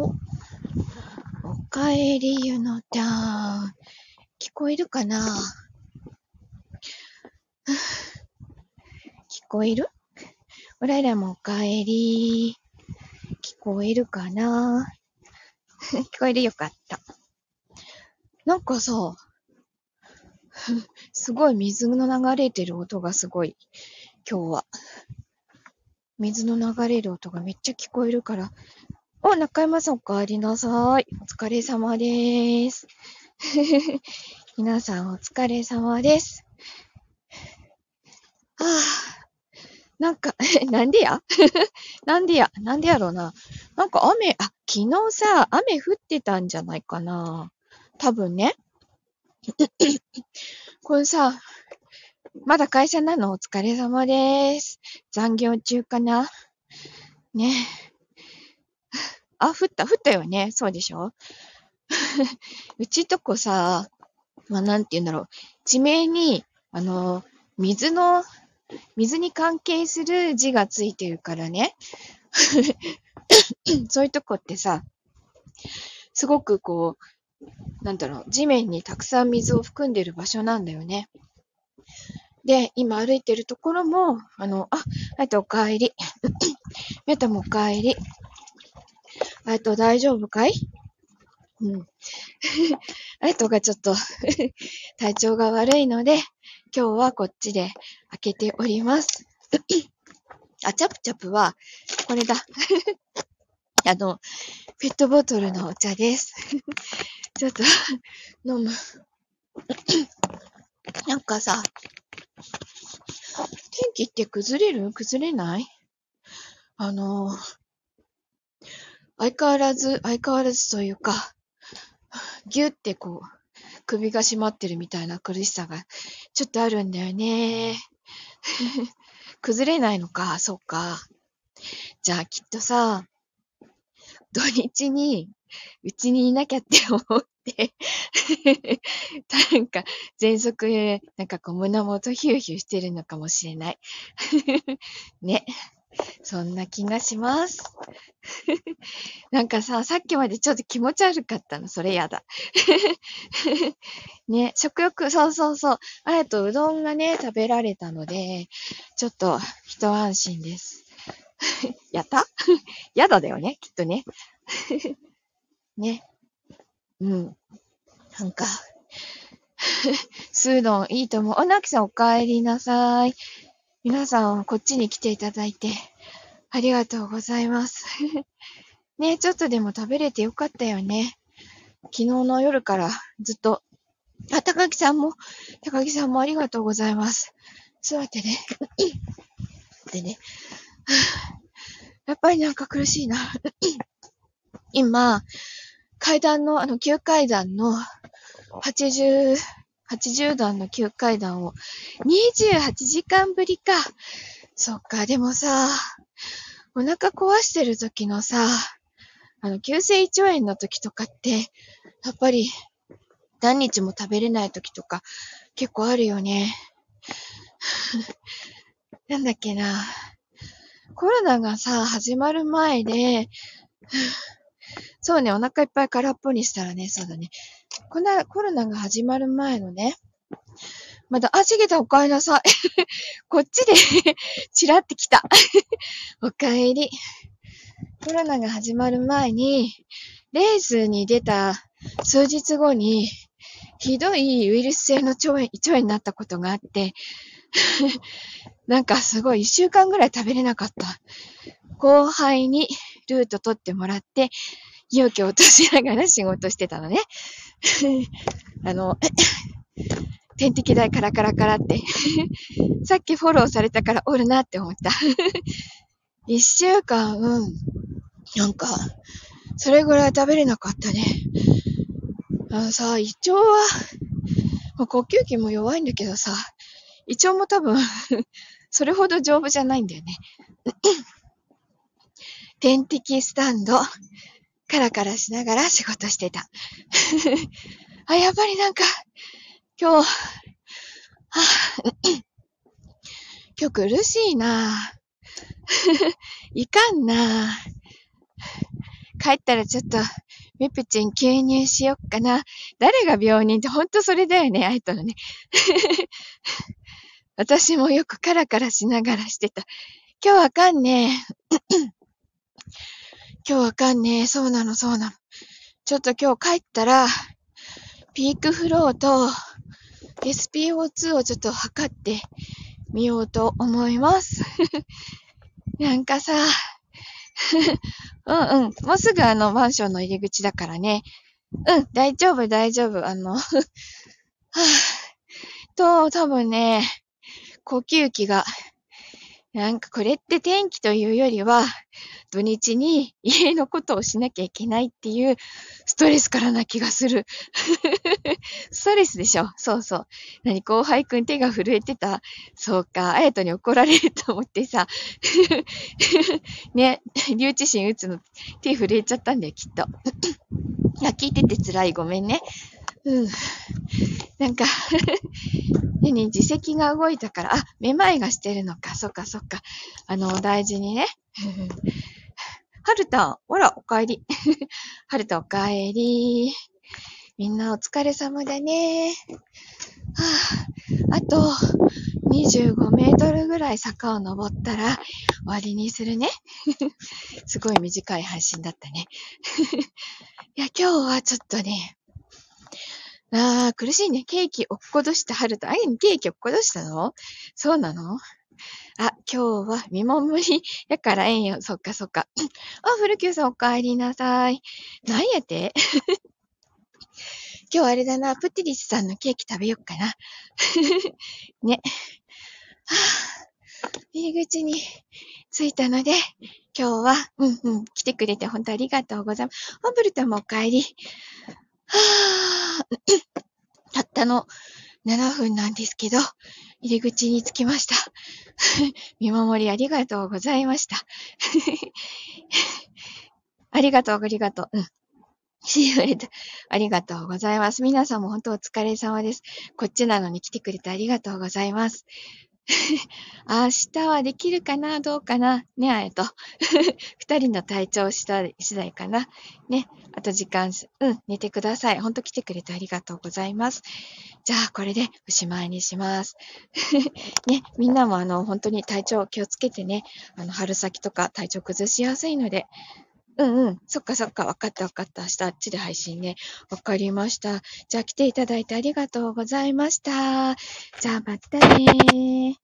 おかえりゆのちゃん。聞こえるかな？聞こえる？おららもおかえり。聞こえるかな？聞こえる？よかった。なんかさ、すごい水の流れてる音がすごい。今日は。水の流れる音がめっちゃ聞こえるから。中山さんおかえりなさい。お疲れ様です。皆さんお疲れ様です。なんか、なんでやなんでやろうな。なんか昨日さ、雨降ってたんじゃないかな。多分ね。これさ、まだ会社なの？お疲れ様です。残業中かなね。降ったよね。そうでしょ？うちとこさ、なんて言うんだろう。地名に、水に関係する字がついてるからね。そういうとこってさ、すごく地面にたくさん水を含んでる場所なんだよね。で、今歩いてるところも、おかえり。メタもおかえり。大丈夫かい？うん。がちょっと体調が悪いので、今日はこっちで開けております。チャプチャプは、これだ。ペットボトルのお茶です。ちょっと、飲む。なんかさ、天気って崩れない？相変わらずというか、ぎゅって首が締まってるみたいな苦しさがちょっとあるんだよね。崩れないのか、そうか。じゃあきっとさ、土日にうちにいなきゃって思ってなんか喘息、胸元ヒューヒューしてるのかもしれないね。そんな気がしますなんかさ、さっきまでちょっと気持ち悪かったの。それやだね、食欲、そうそうそう。うどんがね、食べられたので、ちょっと一安心ですやったやだよね、きっとねね。うん。なんか、スードンいいと思う。なきさんお帰りなさい。皆さんこっちに来ていただいて、ありがとうございますね、ちょっとでも食べれてよかったよね。昨日の夜からずっと、高木さんもありがとうございます。座ってね。でね。やっぱりなんか苦しいな。今、旧階段の80段の旧階段を28時間ぶりか。そっか、でもさ、お腹壊してる時のさ、急性胃腸炎の時とかって、やっぱり何日も食べれない時とか結構あるよね。なんだっけな。コロナがさ、始まる前で、そうね、お腹いっぱい空っぽにしたらね、そうだね。コロナが始まる前のね、まだ、しげたおかえりなさい。こっちでチラってきた。おかえり。コロナが始まる前に、レースに出た数日後に、ひどいウイルス性の胃腸炎になったことがあって、なんかすごい1週間ぐらい食べれなかった。後輩にルート取ってもらって、勇気を落としながら仕事してたのね。点滴台カラカラカラってさっきフォローされたからおるなって思った1週間、なんか、それぐらい食べれなかったね。胃腸は、呼吸器も弱いんだけどさ、胃腸も多分それほど丈夫じゃないんだよね。点滴スタンド、カラカラしながら仕事してた。やっぱりなんか、今日苦しいな。いかんな。 帰ったらちょっと、ミプチン吸入しよっかな。誰が病人ってほんとそれだよね、あえたのね。私もよくカラカラしながらしてた。今日わかんねえ。今日わかんねえ。そうなの。ちょっと今日帰ったら、ピークフローと SPO2 をちょっと測ってみようと思います。なんかさ、もうすぐマンションの入り口だからね。大丈夫。多分ね、呼吸器が、なんかこれって天気というよりは、土日に家のことをしなきゃいけないっていうストレスからな気がする。ストレスでしょ。そう。後輩くん手が震えてた。そうか、あやとに怒られると思ってさ。ね、留置心打つの手震えちゃったんだよ、きっと。聞いてて辛い。ごめんね。なんか自責が動いたから、めまいがしてるのか。そっか。大事にね。はるたん、ほら、おかえり。はるたおかえり。みんなお疲れ様だね。あと、25メートルぐらい坂を登ったら終わりにするね。すごい短い配信だったね。いや、今日はちょっとね、苦しいね。ケーキ落っことしたはるた。ケーキ落っことしたの？そうなの？今日は見守りやからえんよ。そっか。古久さんお帰りなさい。なんやって今日あれだな、プティリスさんのケーキ食べよっかな。ね。入り口に着いたので、今日は、来てくれて本当ありがとうございます。ブルタもお帰り。たったの7分なんですけど、入り口に着きました。見守りありがとうございました。ありがとう。See you later. ありがとうございます。皆さんも本当お疲れ様です。こっちなのに来てくれてありがとうございます。明日はできるかなどうかなね、あやと。二人の体調次第かな。ね。あと時間、寝てください。ほんと来てくれてありがとうございます。じゃあ、これでおしまいにします。ね、みんなも本当に体調気をつけてね。春先とか体調崩しやすいので。そっか。わかった。明日あっちで配信ね。わかりました。じゃあ来ていただいてありがとうございました。じゃあまたねー。